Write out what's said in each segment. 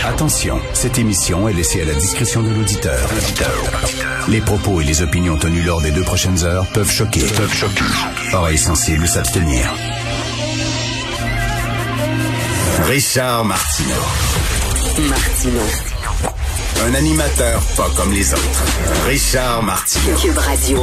Attention, cette émission est laissée à la discrétion de l'auditeur. Les propos et les opinions tenues lors des 2 prochaines heures peuvent choquer. Oreilles sensibles s'abstenir. Richard Martineau. Un animateur pas comme les autres. Richard Martineau. Cube Radio.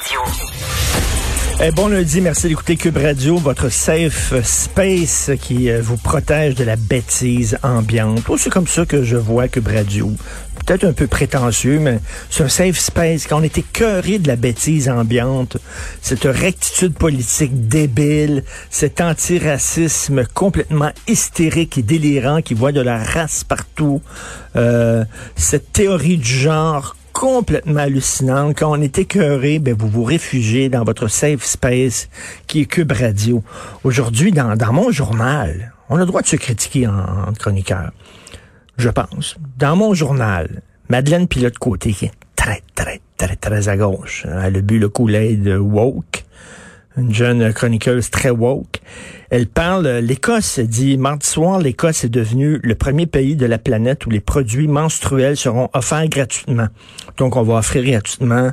Bon lundi, merci d'écouter Cube Radio, votre safe space qui vous protège de la bêtise ambiante. C'est comme ça que je vois Cube Radio. Peut-être un peu prétentieux, mais c'est un safe space. Quand on est écœuré de la bêtise ambiante, cette rectitude politique débile, cet antiracisme complètement hystérique et délirant qui voit de la race partout, cette théorie du genre complètement hallucinante. Quand on est écœuré, vous vous réfugiez dans votre safe space qui est Cube Radio. Aujourd'hui, dans mon journal, on a le droit de se critiquer en chroniqueur, je pense. Dans mon journal, Madeleine Pilote-Côté, qui est très à gauche, elle a bu le Kool-Aid woke, une jeune chroniqueuse très woke. Elle parle, l'Écosse dit, mardi soir, l'Écosse est devenue le premier pays de la planète où les produits menstruels seront offerts gratuitement. Donc, on va offrir gratuitement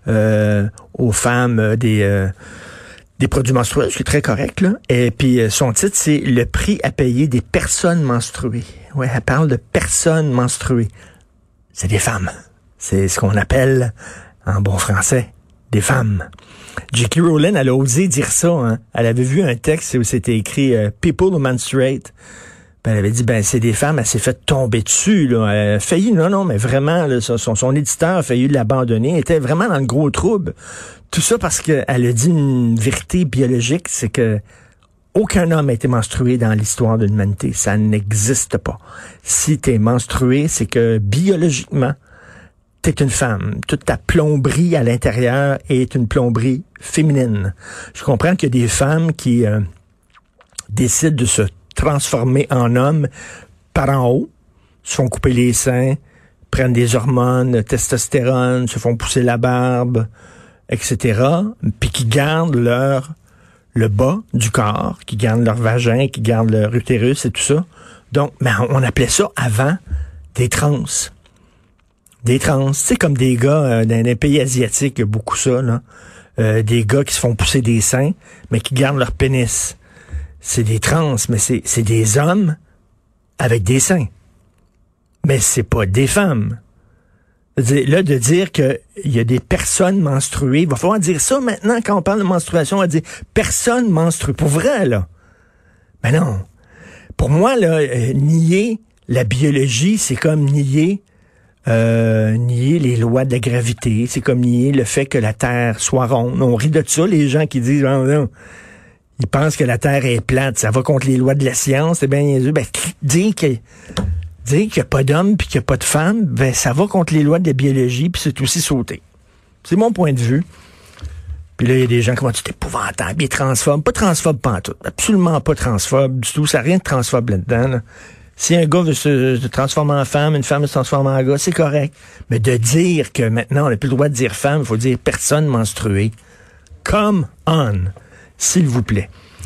aux femmes des produits menstruels, ce qui est très correct, là. Et puis, son titre, c'est « Le prix à payer des personnes menstruées ». Ouais, elle parle de personnes menstruées. C'est des femmes. C'est ce qu'on appelle, en bon français, des femmes. J.K. Rowling, elle a osé dire ça. Hein. Elle avait vu un texte où c'était écrit People who menstruate. Elle avait dit, c'est des femmes, elle s'est fait tomber dessus. Là. Elle a failli, mais vraiment, là, son éditeur a failli l'abandonner. Elle était vraiment dans le gros trouble. Tout ça parce qu'elle a dit une vérité biologique, c'est que aucun homme a été menstrué dans l'histoire de l'humanité. Ça n'existe pas. Si t'es menstrué, c'est que biologiquement, t'es une femme. Toute ta plomberie à l'intérieur est une plomberie féminine. Je comprends qu'il y a des femmes qui décident de se transformer en homme par en haut, se font couper les seins, prennent des hormones, testostérone, se font pousser la barbe, etc., puis qui gardent le bas du corps, qui gardent leur vagin, qui gardent leur utérus et tout ça. Donc, on appelait ça avant des trans. Des trans, c'est comme des gars dans les pays asiatiques, il y a beaucoup ça, là. Des gars qui se font pousser des seins, mais qui gardent leur pénis. C'est des trans, mais c'est des hommes avec des seins. Mais c'est pas des femmes. Là, de dire qu'il y a des personnes menstruées, il va falloir dire ça maintenant quand on parle de menstruation, on va dire personnes menstruées. Pour vrai, là. Mais non. Pour moi, là, nier la biologie, c'est comme nier les lois de la gravité, c'est comme nier le fait que la Terre soit ronde. On rit de ça, les gens qui disent non, ils pensent que la Terre est plate, ça va contre les lois de la science, c'est bien niaiseux. Dire qu'il n'y a pas d'hommes puis qu'il n'y a pas de femmes, ça va contre les lois de la biologie, puis c'est aussi sauté. C'est mon point de vue. Puis là, il y a des gens qui vont dire, c'est épouvantable, il est transphobe. Pas transphobe pantoute, absolument pas transphobe du tout, ça n'a rien de transphobe là-dedans, là. Si un gars veut se transformer en femme, une femme veut se transformer en gars, c'est correct. Mais de dire que maintenant, on n'a plus le droit de dire femme, il faut dire personne menstruée. Come on, s'il vous plaît.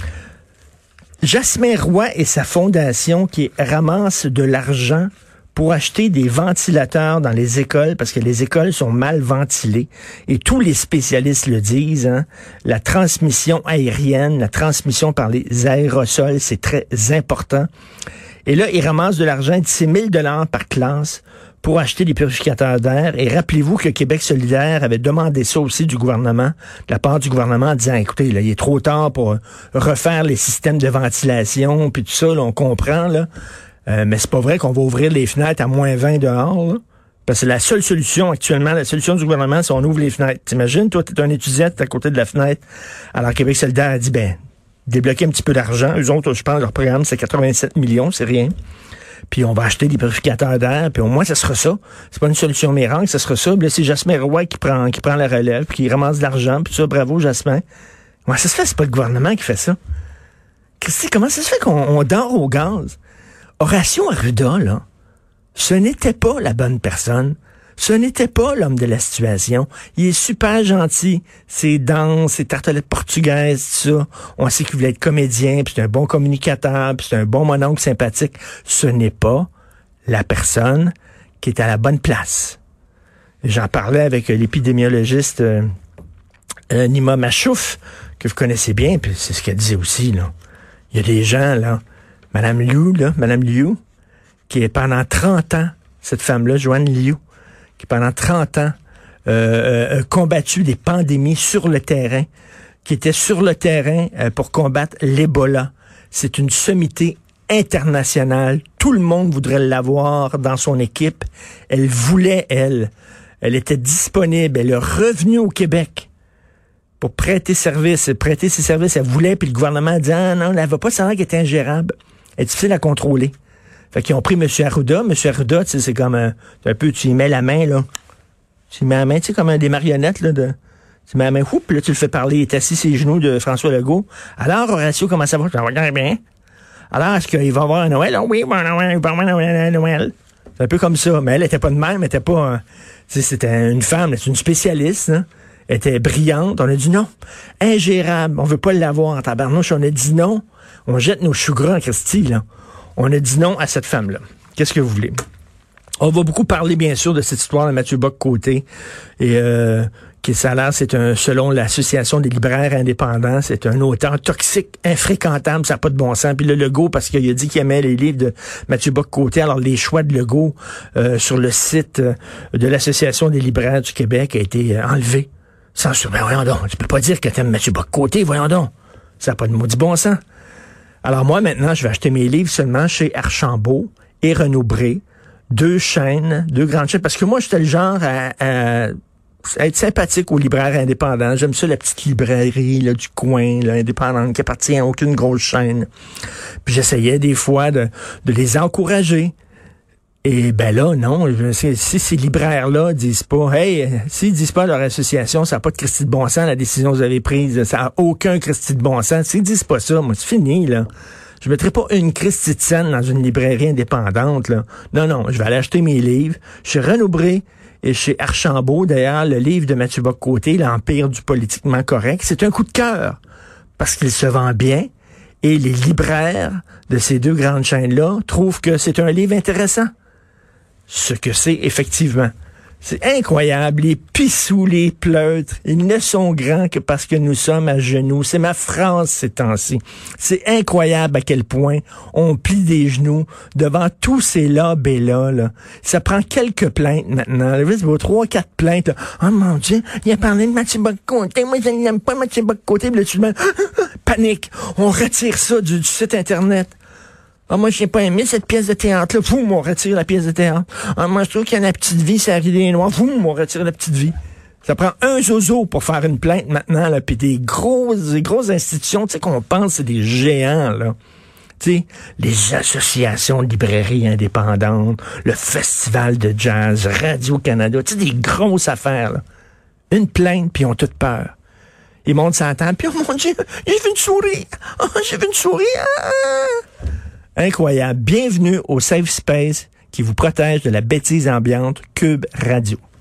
Jasmin Roy et sa fondation qui ramasse de l'argent pour acheter des ventilateurs dans les écoles parce que les écoles sont mal ventilées. Et tous les spécialistes le disent, hein, la transmission aérienne, la transmission par les aérosols, c'est très important. Et là, ils ramassent de l'argent, c'est 1 000 $ par classe pour acheter des purificateurs d'air. Et rappelez-vous que Québec solidaire avait demandé ça aussi du gouvernement, de la part du gouvernement, en disant, écoutez, là, il est trop tard pour refaire les systèmes de ventilation, puis tout ça, là, on comprend, là. Mais c'est pas vrai qu'on va ouvrir les fenêtres à -20 dehors, là. Parce que la seule solution actuellement, la solution du gouvernement, c'est on ouvre les fenêtres. T'imagines, toi, t'es un étudiant, t'es à côté de la fenêtre. Alors Québec solidaire a dit, débloquer un petit peu d'argent. Eux autres, je pense, leur programme, c'est 87 millions, c'est rien. Puis on va acheter des purificateurs d'air, puis au moins, ça sera ça. C'est pas une solution miracle, ça sera ça. Puis là, c'est Jasmin Roy qui prend la relève, puis qui ramasse de l'argent, puis ça, bravo, Jasmin. Ouais, ça se fait, c'est pas le gouvernement qui fait ça. Comment ça se fait qu'on dort au gaz? Horacio Arruda, là, ce n'était pas la bonne personne. Ce n'était pas l'homme de la situation. Il est super gentil. C'est danse, c'est tartelette portugaise, tout ça. On sait qu'il voulait être comédien, puis c'est un bon communicateur, puis c'est un bon mononcle sympathique. Ce n'est pas la personne qui est à la bonne place. J'en parlais avec l'épidémiologiste Nima Machouf, que vous connaissez bien, puis c'est ce qu'elle disait aussi, là. Il y a des gens, là, Madame Liu, qui est pendant 30 ans, cette femme-là, Joanne Liu, qui pendant 30 ans a combattu des pandémies sur le terrain, qui était sur le terrain pour combattre l'Ebola. C'est une sommité internationale. Tout le monde voudrait l'avoir dans son équipe. Elle voulait, elle était disponible. Elle est revenue au Québec pour prêter ses services. Elle voulait, puis le gouvernement a dit, ah non, elle va pas savoir qu'elle est ingérable. Elle est difficile à contrôler. Fait qu'ils ont pris M. Arruda. M. Arruda, tu sais, c'est comme un peu, tu y mets la main, là. Tu y mets la main, tu sais, comme des marionnettes, là, tu mets la main, puis là, tu le fais parler. Il est assis sur les genoux de François Legault. Alors, Horacio, comment ça va? Ça va bien. Alors, est-ce qu'il va avoir un Noël? Oh oui, il va avoir un Noël. C'est un peu comme ça. Mais elle était pas de même, elle était pas, c'était une femme, c'est une spécialiste, hein. Elle était brillante. On a dit non. Ingérable. On veut pas l'avoir en tabarnouche. On a dit non. On jette nos choux gras en Christie, là. On a dit non à cette femme-là. Qu'est-ce que vous voulez? On va beaucoup parler, bien sûr, de cette histoire de Mathieu Bock-Côté. Et, qui selon l'Association des libraires indépendants, c'est un auteur toxique, infréquentable, ça n'a pas de bon sens. Puis le Legault, parce qu'il a dit qu'il aimait les livres de Mathieu Bock-Côté, alors les choix de Legault sur le site de l'Association des libraires du Québec a été enlevé. Censure. Ben voyons donc, tu peux pas dire que t'aimes Mathieu Bock-Côté, voyons donc. Ça n'a pas de maudit bon sens. Alors moi, maintenant, je vais acheter mes livres seulement chez Archambault et Renaud-Bré, deux grandes chaînes, parce que moi, j'étais le genre à être sympathique aux libraires indépendants. J'aime ça, la petite librairie là, du coin, là, indépendante, qui appartient à aucune grosse chaîne. Puis j'essayais des fois de les encourager. Et ben là, non, si ces libraires-là disent pas, hey, s'ils disent pas à leur association, ça n'a pas de Christie de bon sens, la décision que vous avez prise, ça n'a aucun Christie de bon sens. S'ils disent pas ça, moi, c'est fini, là. Je mettrai pas une Christie de scène dans une librairie indépendante, là. Non, je vais aller acheter mes livres chez Renaud-Bré et chez Archambault. D'ailleurs, le livre de Mathieu Bock-Côté, L'Empire du politiquement correct, c'est un coup de cœur parce qu'il se vend bien et les libraires de ces deux grandes chaînes-là trouvent que c'est un livre intéressant. Ce que c'est effectivement. C'est incroyable. Les pissous, les pleutres, ils ne sont grands que parce que nous sommes à genoux. C'est ma phrase ces temps-ci. C'est incroyable à quel point on plie des genoux devant tous ces lobbies-là. Là. Ça prend quelques plaintes maintenant. Vous voyez, 3-4 plaintes. Là. Oh mon Dieu, il a parlé de Mathieu Bock-Côté. Moi, je n'aime pas Mathieu Bock-Côté. Puis là, tu panique. On retire ça du site Internet. Ah, moi, j'ai pas aimé cette pièce de théâtre-là. Vous, on retire la pièce de théâtre. Ah, moi, je trouve qu'il y a la petite vie, c'est la des Noirs. Vous, on retire la petite vie. Ça prend un zozo pour faire une plainte maintenant, là. Puis des grosses institutions, tu sais, qu'on pense, c'est des géants, là. Tu sais, les associations de librairies indépendantes, le festival de jazz, Radio-Canada, tu sais, des grosses affaires, là. Une plainte, puis ils ont toute peur. Ils montent sa table, puis oh mon Dieu, j'ai vu une souris. Oh, j'ai vu une souris. Ah! Incroyable. Bienvenue au Safe Space qui vous protège de la bêtise ambiante Cube Radio.